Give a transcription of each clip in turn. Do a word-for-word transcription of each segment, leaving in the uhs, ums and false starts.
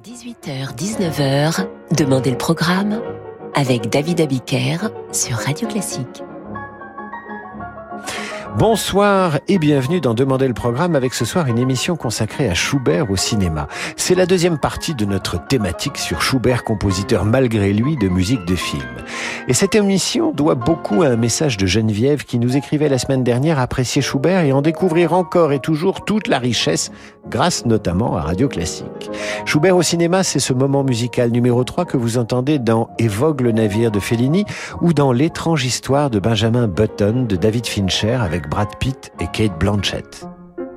dix-huit heures dix-neuf heures, Demandez le programme avec David Abiker sur Radio Classique. Bonsoir et bienvenue dans Demandez le programme avec ce soir une émission consacrée à Schubert au cinéma. C'est la deuxième partie de notre thématique sur Schubert, compositeur malgré lui de musique de film. Et cette émission doit beaucoup à un message de Geneviève qui nous écrivait la semaine dernière apprécier Schubert et en découvrir encore et toujours toute la richesse grâce notamment à Radio Classique. Schubert au cinéma, c'est ce moment musical numéro trois que vous entendez dans Évoque le navire de Fellini ou dans L'étrange histoire de Benjamin Button de David Fincher avec Brad Pitt et Kate Blanchett.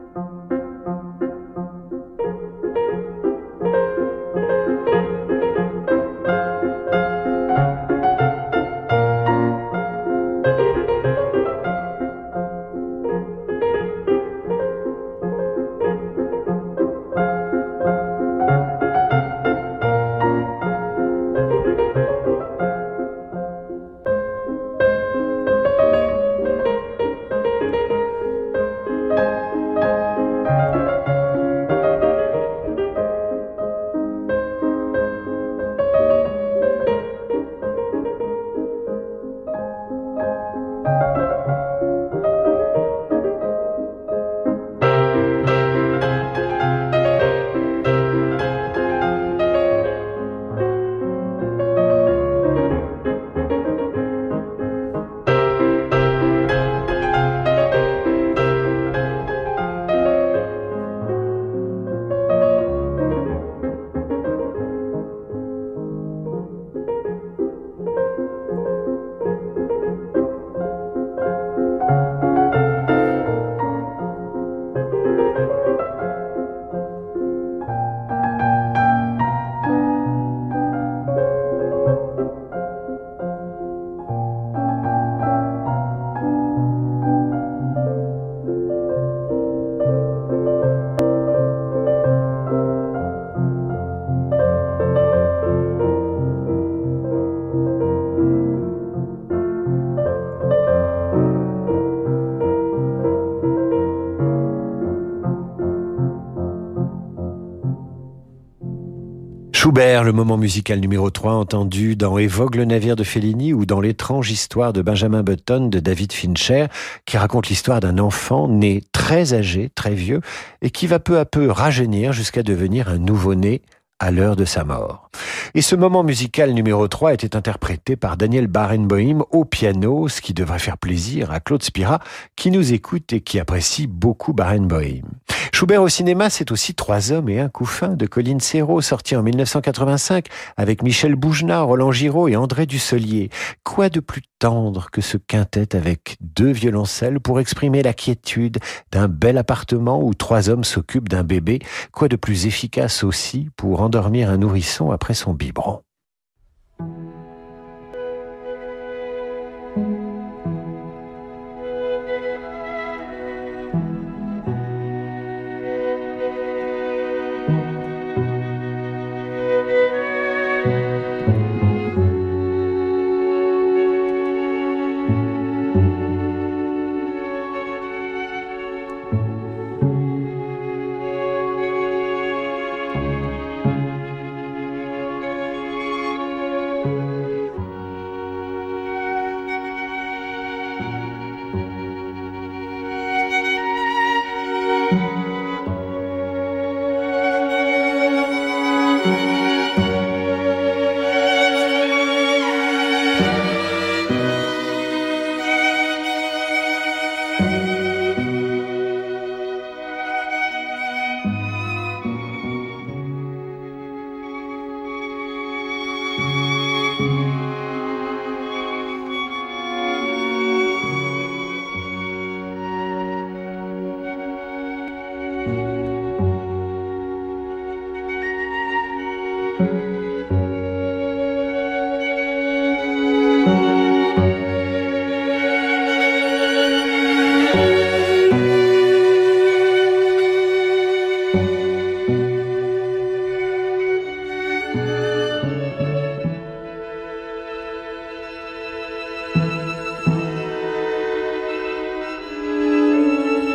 Schubert, le moment musical numéro trois, entendu dans Évoque le navire de Fellini ou dans L'étrange histoire de Benjamin Button de David Fincher, qui raconte l'histoire d'un enfant né très âgé, très vieux, et qui va peu à peu rajeunir jusqu'à devenir un nouveau-né à l'heure de sa mort. Et ce moment musical numéro trois était interprété par Daniel Barenboim au piano, ce qui devrait faire plaisir à Claude Spira, qui nous écoute et qui apprécie beaucoup Barenboim. Schubert au cinéma, c'est aussi Trois hommes et un couffin de Colin Serrault, sorti en mille neuf cent quatre-vingt-cinq avec Michel Boujna, Roland Giraud et André Dussolier. Quoi de plus tendre que ce quintet avec deux violoncelles pour exprimer la quiétude d'un bel appartement où trois hommes s'occupent d'un bébé? Quoi de plus efficace aussi pour endormir un nourrisson après son biberon?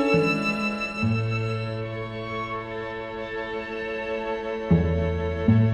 Thank you.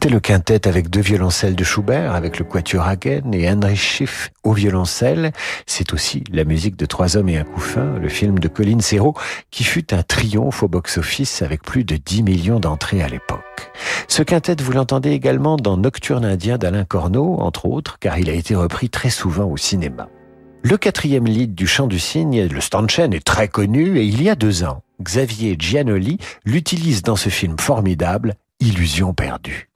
C'était le quintet avec deux violoncelles de Schubert, avec le quatuor Hagen et Heinrich Schiff au violoncelle. C'est aussi la musique de Trois hommes et un couffin, le film de Colin Serrault, qui fut un triomphe au box-office avec plus de dix millions d'entrées à l'époque. Ce quintet, vous l'entendez également dans Nocturne indien d'Alain Corneau, entre autres, car il a été repris très souvent au cinéma. Le quatrième lead du Chant du Cygne, le Stanchen, est très connu et il y a deux ans, Xavier Giannoli l'utilise dans ce film formidable, Illusion perdue.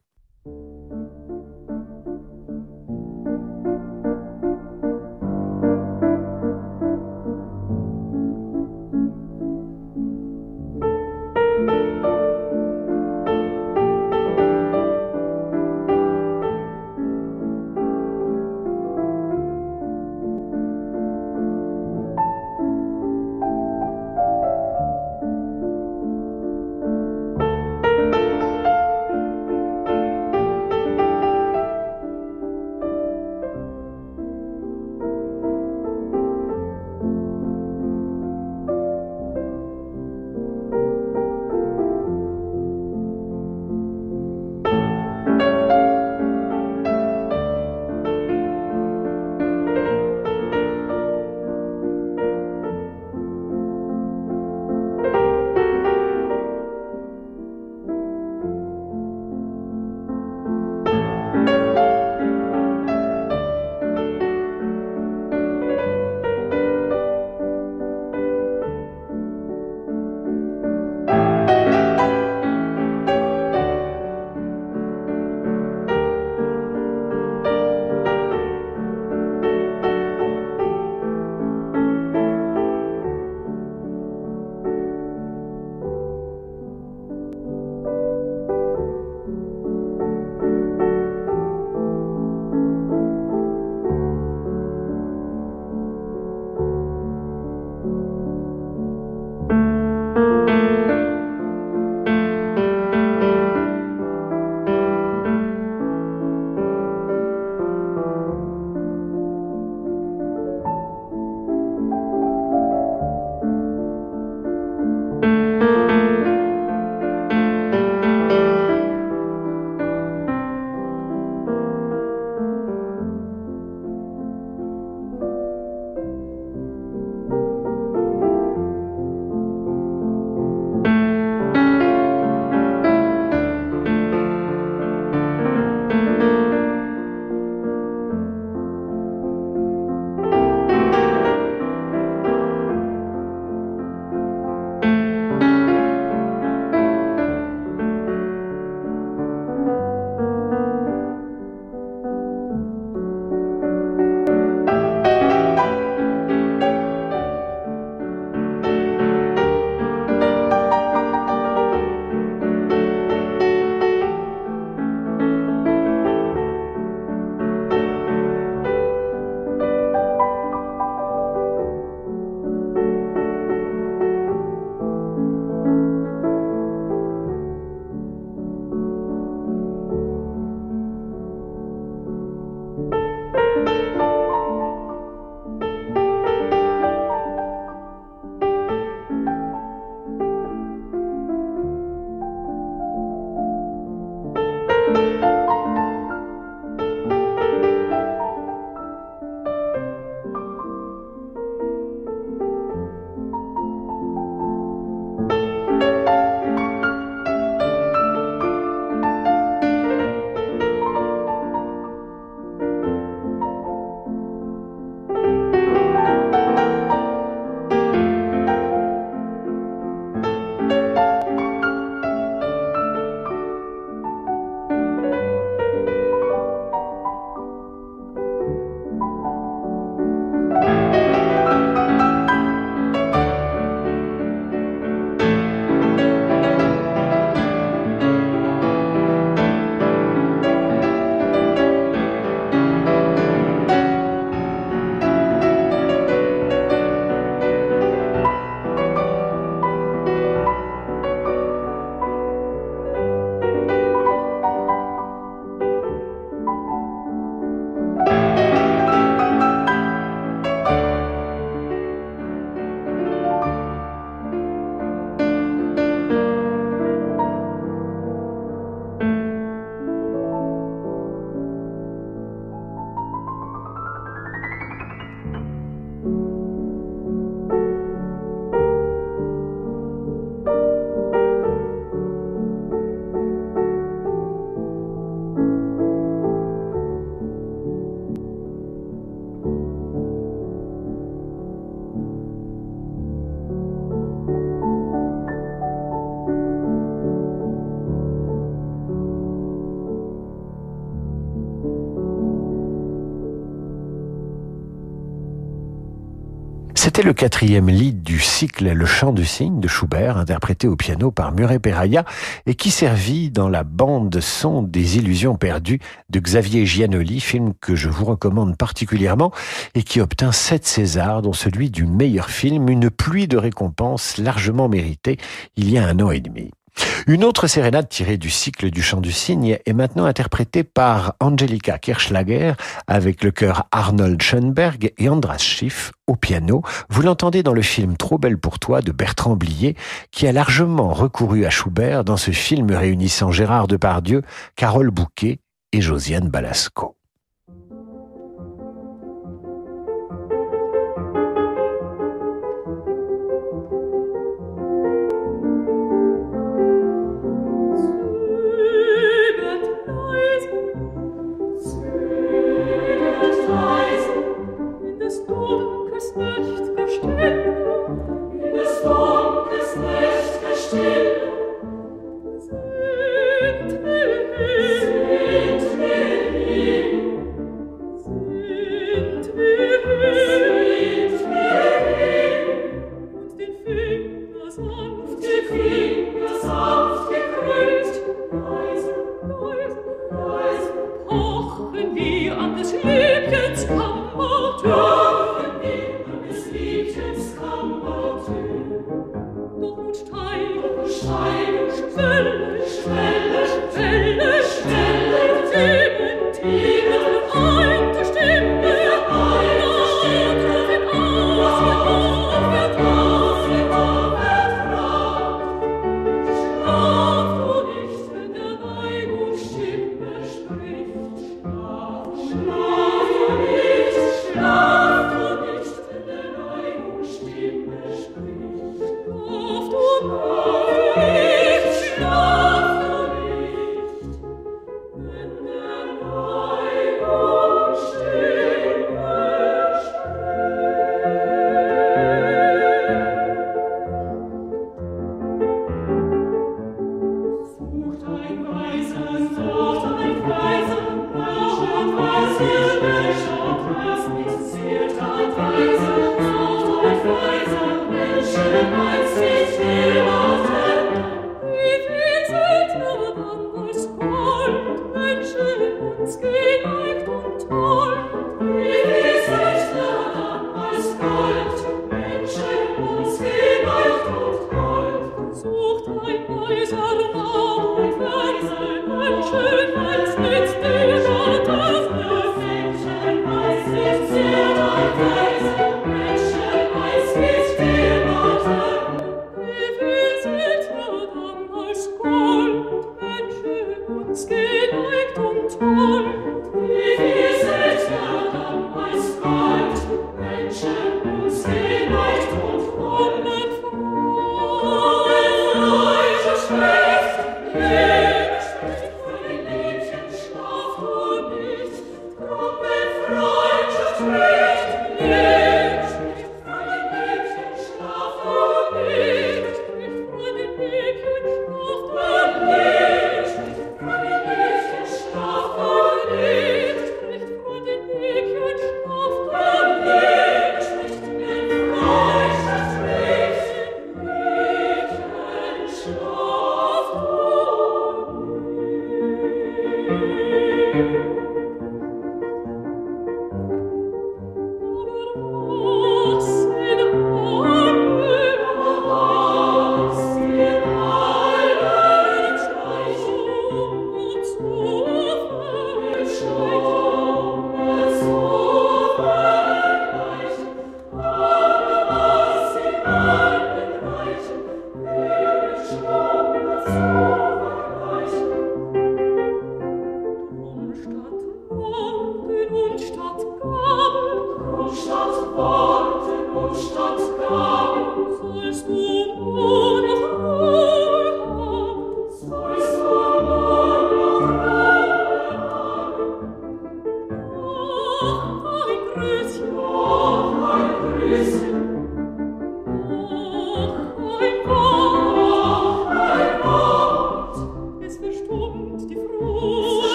C'était le quatrième lied du cycle Le Chant du Cygne de Schubert, interprété au piano par Murray Perahia et qui servit dans la bande son des Illusions perdues de Xavier Giannoli, film que je vous recommande particulièrement et qui obtint sept Césars, dont celui du meilleur film, une pluie de récompenses largement méritée il y a un an et demi. Une autre sérénade tirée du cycle du Chant du Cygne est maintenant interprétée par Angelika Kirchschlager avec le chœur Arnold Schoenberg et Andras Schiff au piano. Vous l'entendez dans le film Trop belle pour toi de Bertrand Blier, qui a largement recouru à Schubert dans ce film réunissant Gérard Depardieu, Carole Bouquet et Josiane Balasco.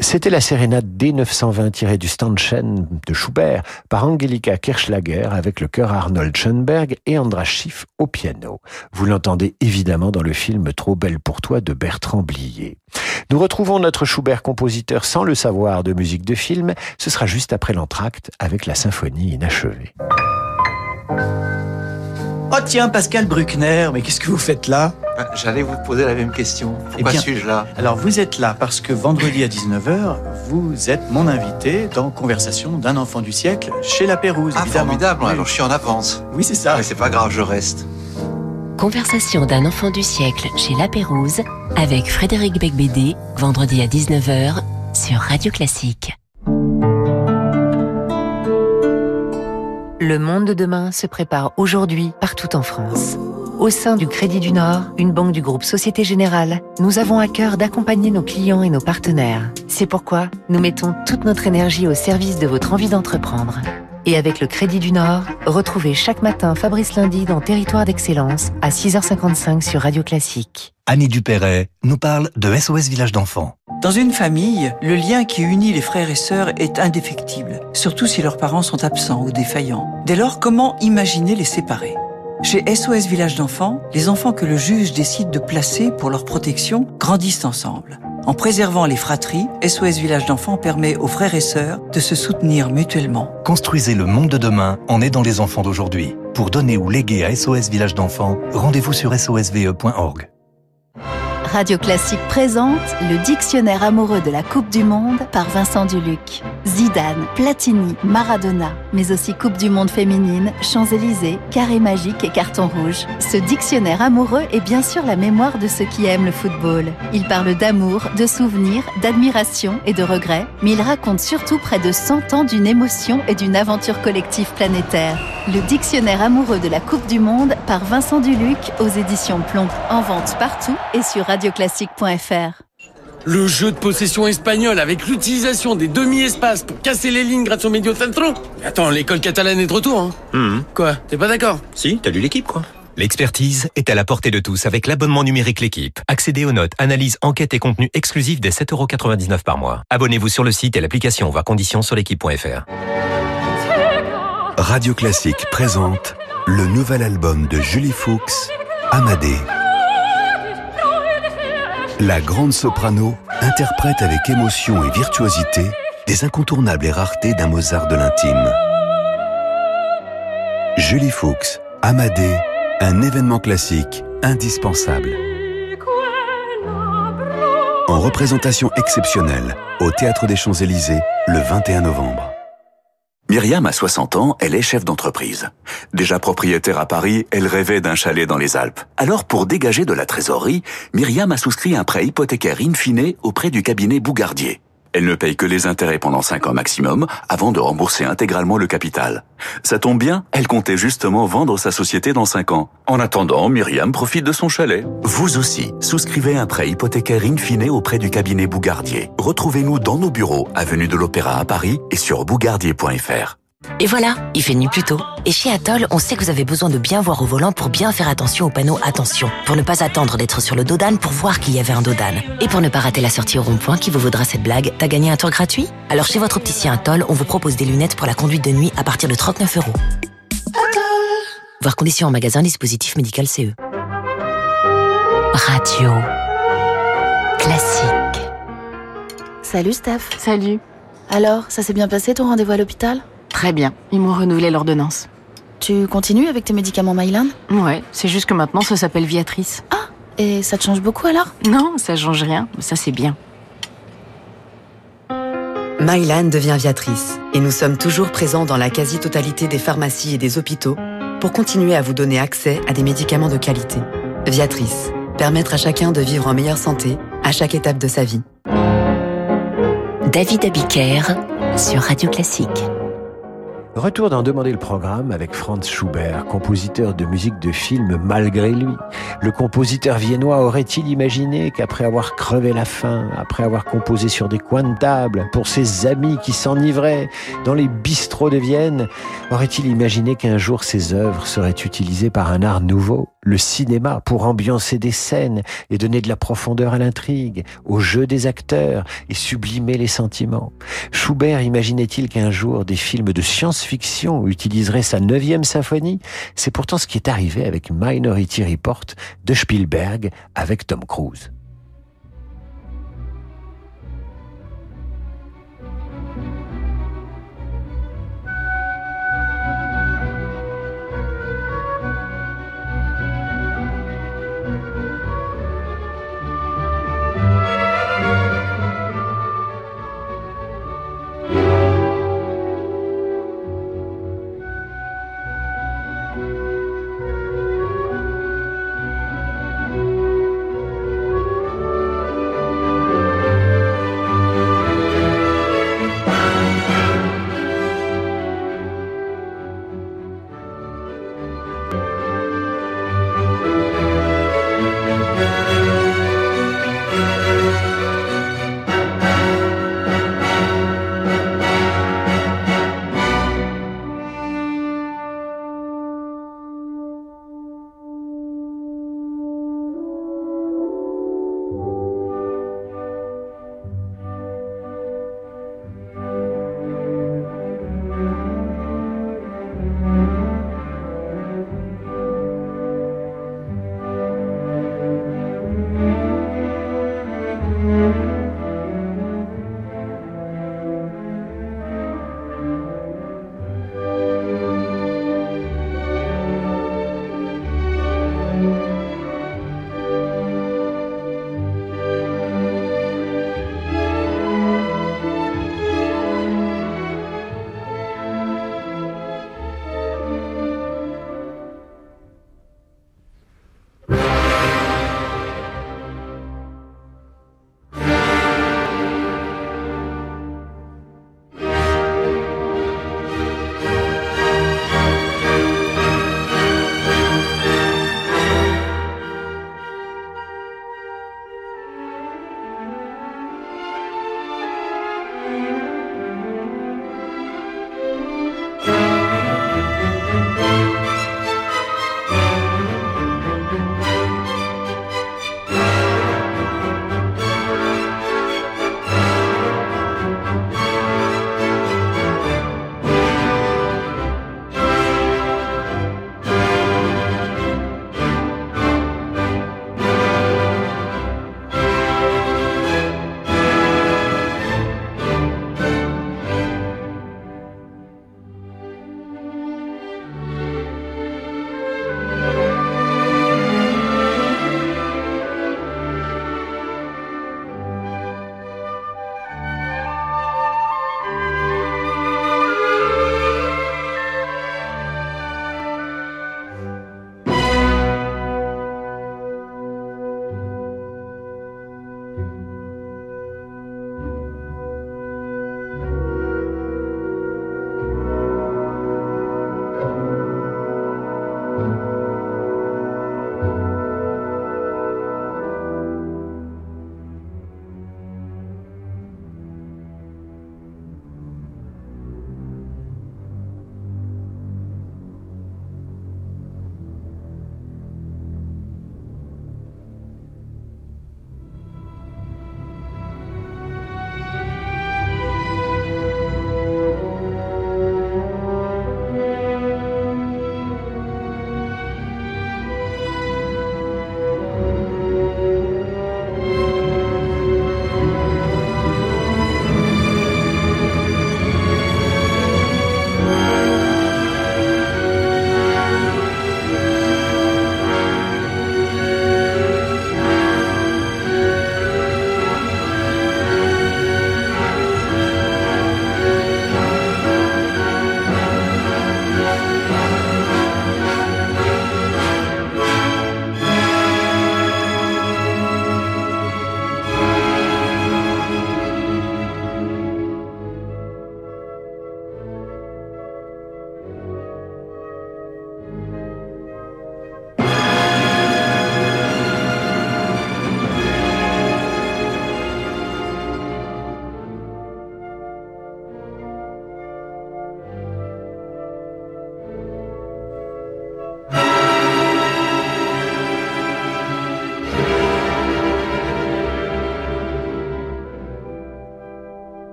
C'était la sérénade D neuf cent vingt tirée du Standchen de Schubert par Angelika Kirchschlager avec le chœur Arnold Schoenberg et Andras Schiff au piano. Vous l'entendez évidemment dans le film Trop belle pour toi de Bertrand Blier. Nous retrouvons notre Schubert compositeur sans le savoir de musique de film. Ce sera juste après l'entracte avec la symphonie inachevée. Oh tiens, Pascal Bruckner, mais qu'est-ce que vous faites là ? J'allais vous poser la même question. Pourquoi eh bien, suis-je là ? Alors vous êtes là parce que vendredi à dix-neuf heures, vous êtes mon invité dans Conversation d'un enfant du siècle chez La Pérouse, ah, évidemment. Formidable, oui. Alors je suis en avance. Oui, c'est ça. Mais c'est pas grave, je reste. Conversation d'un enfant du siècle chez La Pérouse avec Frédéric Becbédé, vendredi à dix-neuf heures sur Radio Classique. Le monde de demain se prépare aujourd'hui partout en France. Au sein du Crédit du Nord, une banque du groupe Société Générale, nous avons à cœur d'accompagner nos clients et nos partenaires. C'est pourquoi nous mettons toute notre énergie au service de votre envie d'entreprendre. Et avec le Crédit du Nord, retrouvez chaque matin Fabrice Lundy dans Territoire d'Excellence à six heures cinquante-cinq sur Radio Classique. Annie Dupéret nous parle de S O S Village d'enfants. Dans une famille, le lien qui unit les frères et sœurs est indéfectible, surtout si leurs parents sont absents ou défaillants. Dès lors, comment imaginer les séparer ? Chez S O S Village d'enfants, les enfants que le juge décide de placer pour leur protection grandissent ensemble. En préservant les fratries, S O S Village d'enfants permet aux frères et sœurs de se soutenir mutuellement. Construisez le monde de demain en aidant les enfants d'aujourd'hui. Pour donner ou léguer à S O S Village d'enfants, rendez-vous sur S O S V E point org. Radio Classique présente le dictionnaire amoureux de la Coupe du Monde par Vincent Duluc. Zidane, Platini, Maradona, mais aussi Coupe du Monde féminine, Champs-Élysées, Carré magique et Carton rouge. Ce dictionnaire amoureux est bien sûr la mémoire de ceux qui aiment le football. Il parle d'amour, de souvenirs, d'admiration et de regrets, mais il raconte surtout près de cent ans d'une émotion et d'une aventure collective planétaire. Le dictionnaire amoureux de la Coupe du Monde par Vincent Duluc aux éditions Plomb. En vente partout et sur radio classique point f r. Le jeu de possession espagnol avec l'utilisation des demi-espaces pour casser les lignes grâce au medio centro. Attends, l'école catalane est de retour, hein mmh. Quoi, t'es pas d'accord? Si, t'as lu l'équipe, quoi. L'expertise est à la portée de tous avec l'abonnement numérique L'équipe. Accédez aux notes, analyses, enquêtes et contenus exclusifs dès sept euros quatre-vingt-dix-neuf par mois. Abonnez-vous sur le site et l'application, voir conditions sur l'équipe point f r. Radio Classique présente le nouvel album de Julie Fuchs, Amadée. La grande soprano interprète avec émotion et virtuosité des incontournables et raretés d'un Mozart de l'intime. Julie Fuchs, Amadée, un événement classique indispensable. En représentation exceptionnelle au Théâtre des Champs-Élysées le vingt et un novembre. Myriam a soixante ans, elle est chef d'entreprise. Déjà propriétaire à Paris, elle rêvait d'un chalet dans les Alpes. Alors, pour dégager de la trésorerie, Myriam a souscrit un prêt hypothécaire in fine auprès du cabinet Bougardier. Elle ne paye que les intérêts pendant cinq ans maximum, avant de rembourser intégralement le capital. Ça tombe bien, elle comptait justement vendre sa société dans cinq ans. En attendant, Myriam profite de son chalet. Vous aussi, souscrivez un prêt hypothécaire in fine auprès du cabinet Bougardier. Retrouvez-nous dans nos bureaux, avenue de l'Opéra à Paris et sur bougardier point f r. Et voilà, il fait nuit plus tôt. Et chez Atoll, on sait que vous avez besoin de bien voir au volant pour bien faire attention au panneau « Attention », pour ne pas attendre d'être sur le dos d'âne pour voir qu'il y avait un dos d'âne. Et pour ne pas rater la sortie au rond-point qui vous vaudra cette blague, t'as gagné un tour gratuit? Alors chez votre opticien Atoll, on vous propose des lunettes pour la conduite de nuit à partir de trente-neuf euros. Voir conditions en magasin, dispositif médical C E. Radio Classique. Salut Steph. Salut. Alors, ça s'est bien passé ton rendez-vous à l'hôpital? Très bien, ils m'ont renouvelé l'ordonnance. Tu continues avec tes médicaments Mylan? Ouais, c'est juste que maintenant ça s'appelle Viatrice. Ah, et ça te change beaucoup alors? Non, ça change rien, mais ça c'est bien. Mylan devient Viatrice et nous sommes toujours présents dans la quasi-totalité des pharmacies et des hôpitaux pour continuer à vous donner accès à des médicaments de qualité. Viatrice, permettre à chacun de vivre en meilleure santé à chaque étape de sa vie. David Abiker sur Radio Classique. Retour d'en demander le programme avec Franz Schubert, compositeur de musique de film malgré lui. Le compositeur viennois aurait-il imaginé qu'après avoir crevé la faim, après avoir composé sur des coins de table, pour ses amis qui s'enivraient dans les bistrots de Vienne, aurait-il imaginé qu'un jour ses œuvres seraient utilisées par un art nouveau, le cinéma, pour ambiancer des scènes et donner de la profondeur à l'intrigue, au jeu des acteurs et sublimer les sentiments? Schubert imaginait-il qu'un jour des films de science-fiction utiliseraient sa neuvième symphonie? C'est pourtant ce qui est arrivé avec Minority Report de Spielberg avec Tom Cruise.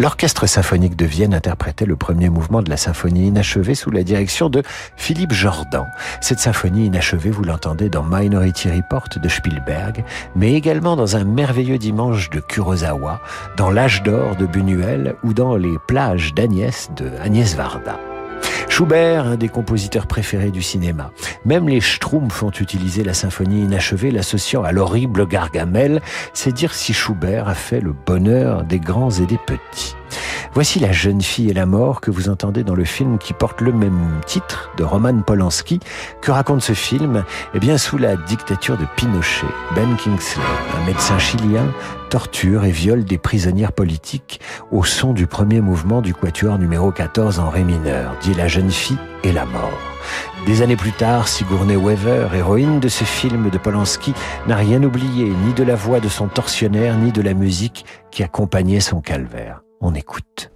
L'Orchestre symphonique de Vienne interprétait le premier mouvement de la symphonie inachevée sous la direction de Philippe Jordan. Cette symphonie inachevée, vous l'entendez dans Minority Report de Spielberg, mais également dans Un merveilleux dimanche de Kurosawa, dans L'âge d'or de Buñuel ou dans Les plages d'Agnès de Agnès Varda. Schubert, un des compositeurs préférés du cinéma. Même les Schtroumpfs ont utilisé la symphonie inachevée, l'associant à l'horrible Gargamel. C'est dire si Schubert a fait le bonheur des grands et des petits. Voici La jeune fille et la mort que vous entendez dans le film qui porte le même titre de Roman Polanski. Que raconte ce film ? Eh bien, sous la dictature de Pinochet, Ben Kingsley, un médecin chilien, torture et viole des prisonnières politiques au son du premier mouvement du quatuor numéro quatorze en ré mineur, dit La jeune fille et la mort. Des années plus tard, Sigourney Weaver, héroïne de ce film de Polanski, n'a rien oublié, ni de la voix de son tortionnaire, ni de la musique qui accompagnait son calvaire. On écoute.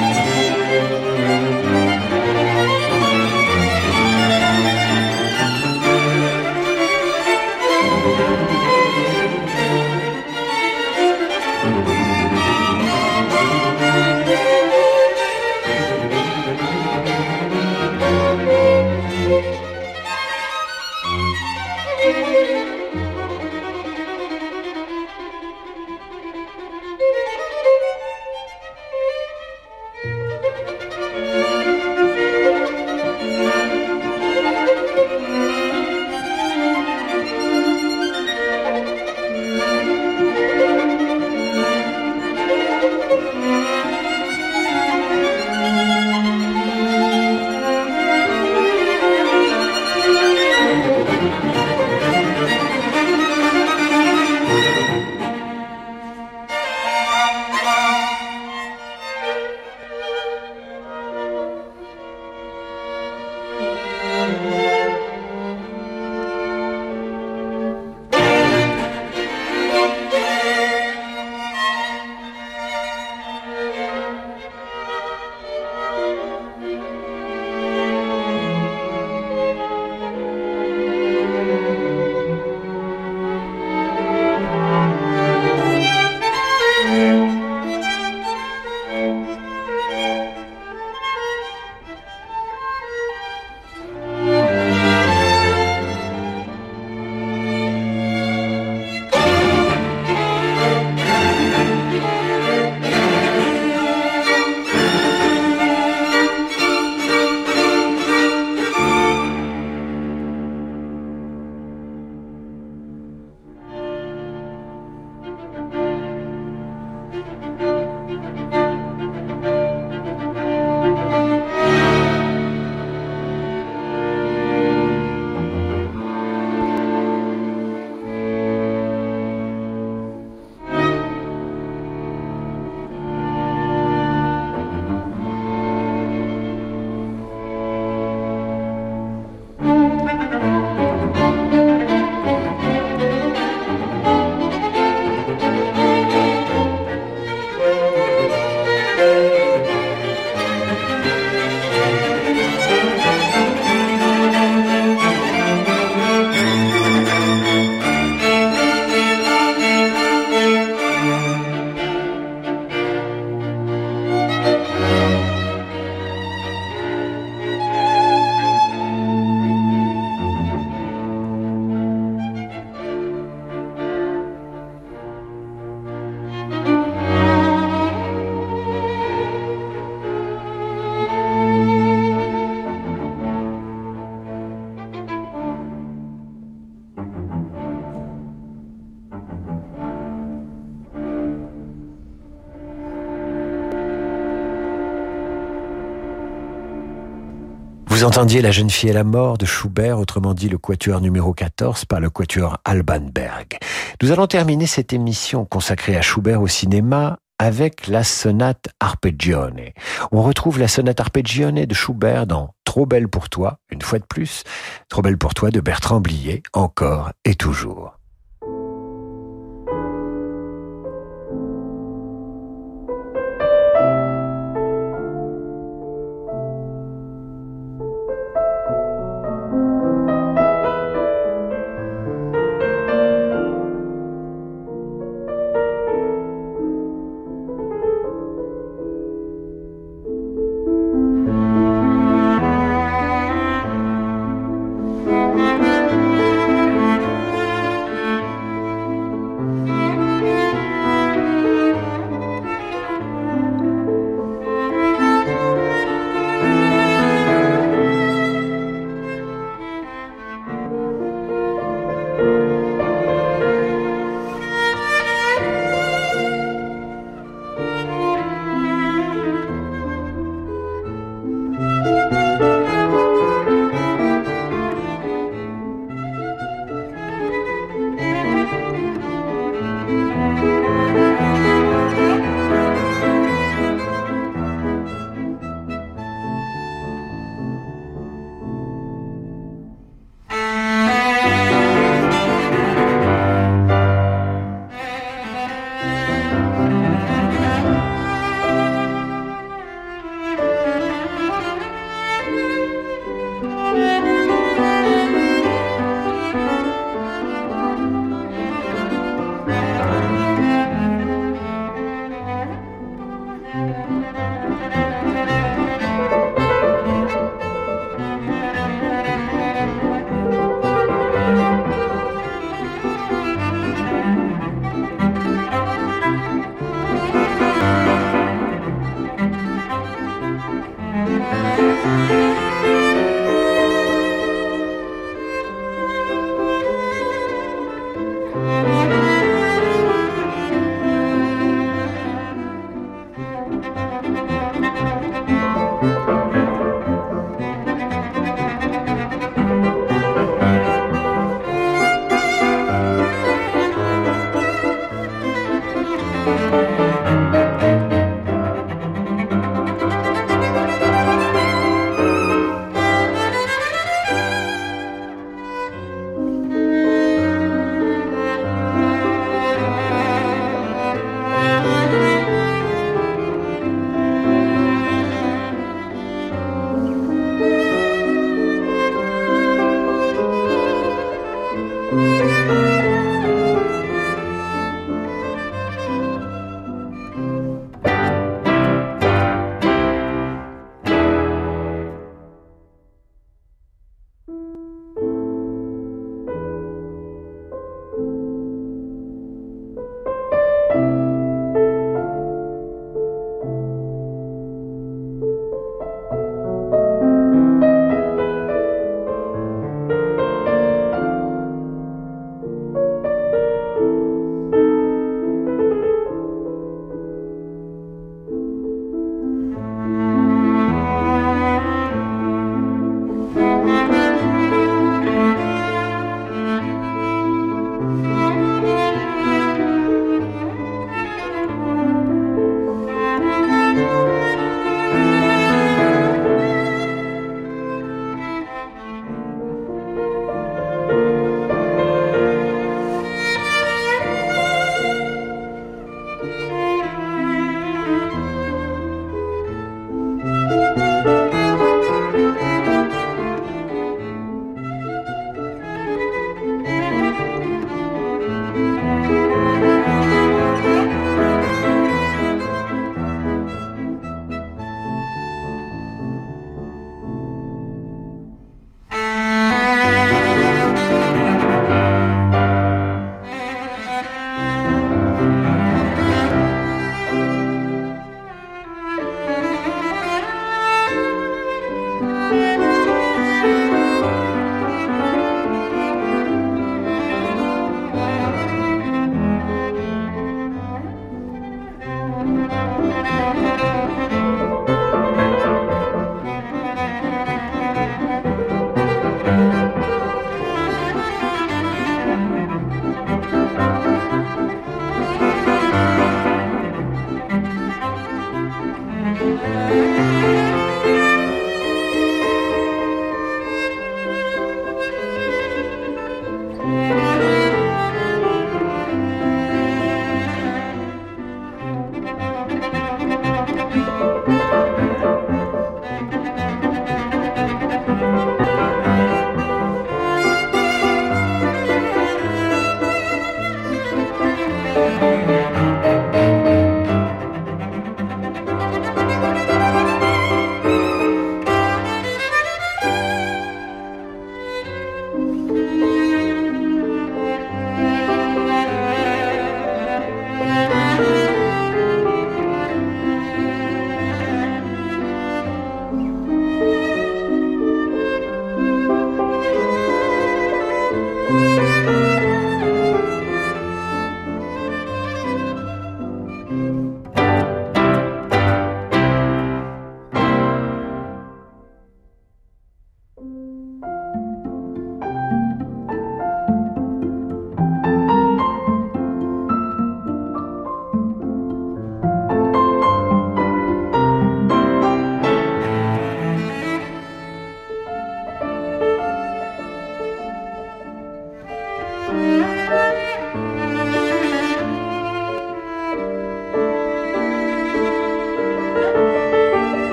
Vous entendiez La jeune fille et la mort de Schubert, autrement dit le quatuor numéro quatorze par le quatuor Alban Berg. Nous allons terminer cette émission consacrée à Schubert au cinéma avec la sonate Arpeggione. On retrouve la sonate Arpeggione de Schubert dans Trop belle pour toi, une fois de plus, Trop belle pour toi de Bertrand Blier, encore et toujours.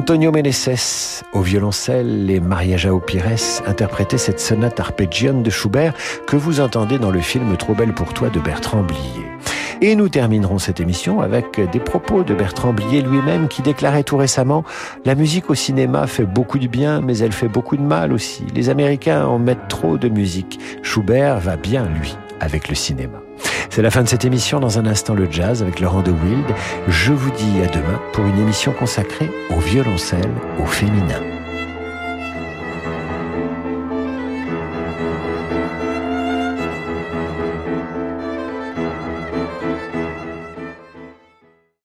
Antonio Meneses au violoncelle et Maria João Pires interprétaient cette sonate arpeggione de Schubert que vous entendez dans le film Trop belle pour toi de Bertrand Blier. Et nous terminerons cette émission avec des propos de Bertrand Blier lui-même qui déclarait tout récemment « La musique au cinéma fait beaucoup de bien, mais elle fait beaucoup de mal aussi. Les Américains en mettent trop de musique. Schubert va bien, lui, avec le cinéma. » C'est la fin de cette émission. Dans un instant, le jazz avec Laurent de Wild. Je vous dis à demain pour une émission consacrée au violoncelle, au féminin.